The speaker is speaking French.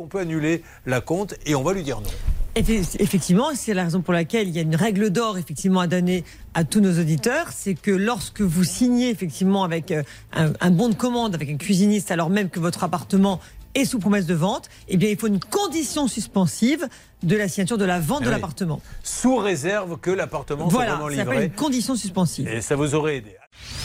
qu'on peut annuler l'acompte et on va lui dire non. Effectivement, c'est la raison pour laquelle il y a une règle d'or effectivement à donner à tous nos auditeurs, c'est que lorsque vous signez effectivement avec un bon de commande avec un cuisiniste, alors même que votre appartement est sous promesse de vente, eh bien il faut une condition suspensive de la signature de la vente de l'appartement. Sous réserve que l'appartement soit vraiment livré. Voilà, ça s'appelle une condition suspensive. Et ça vous aurait aidé.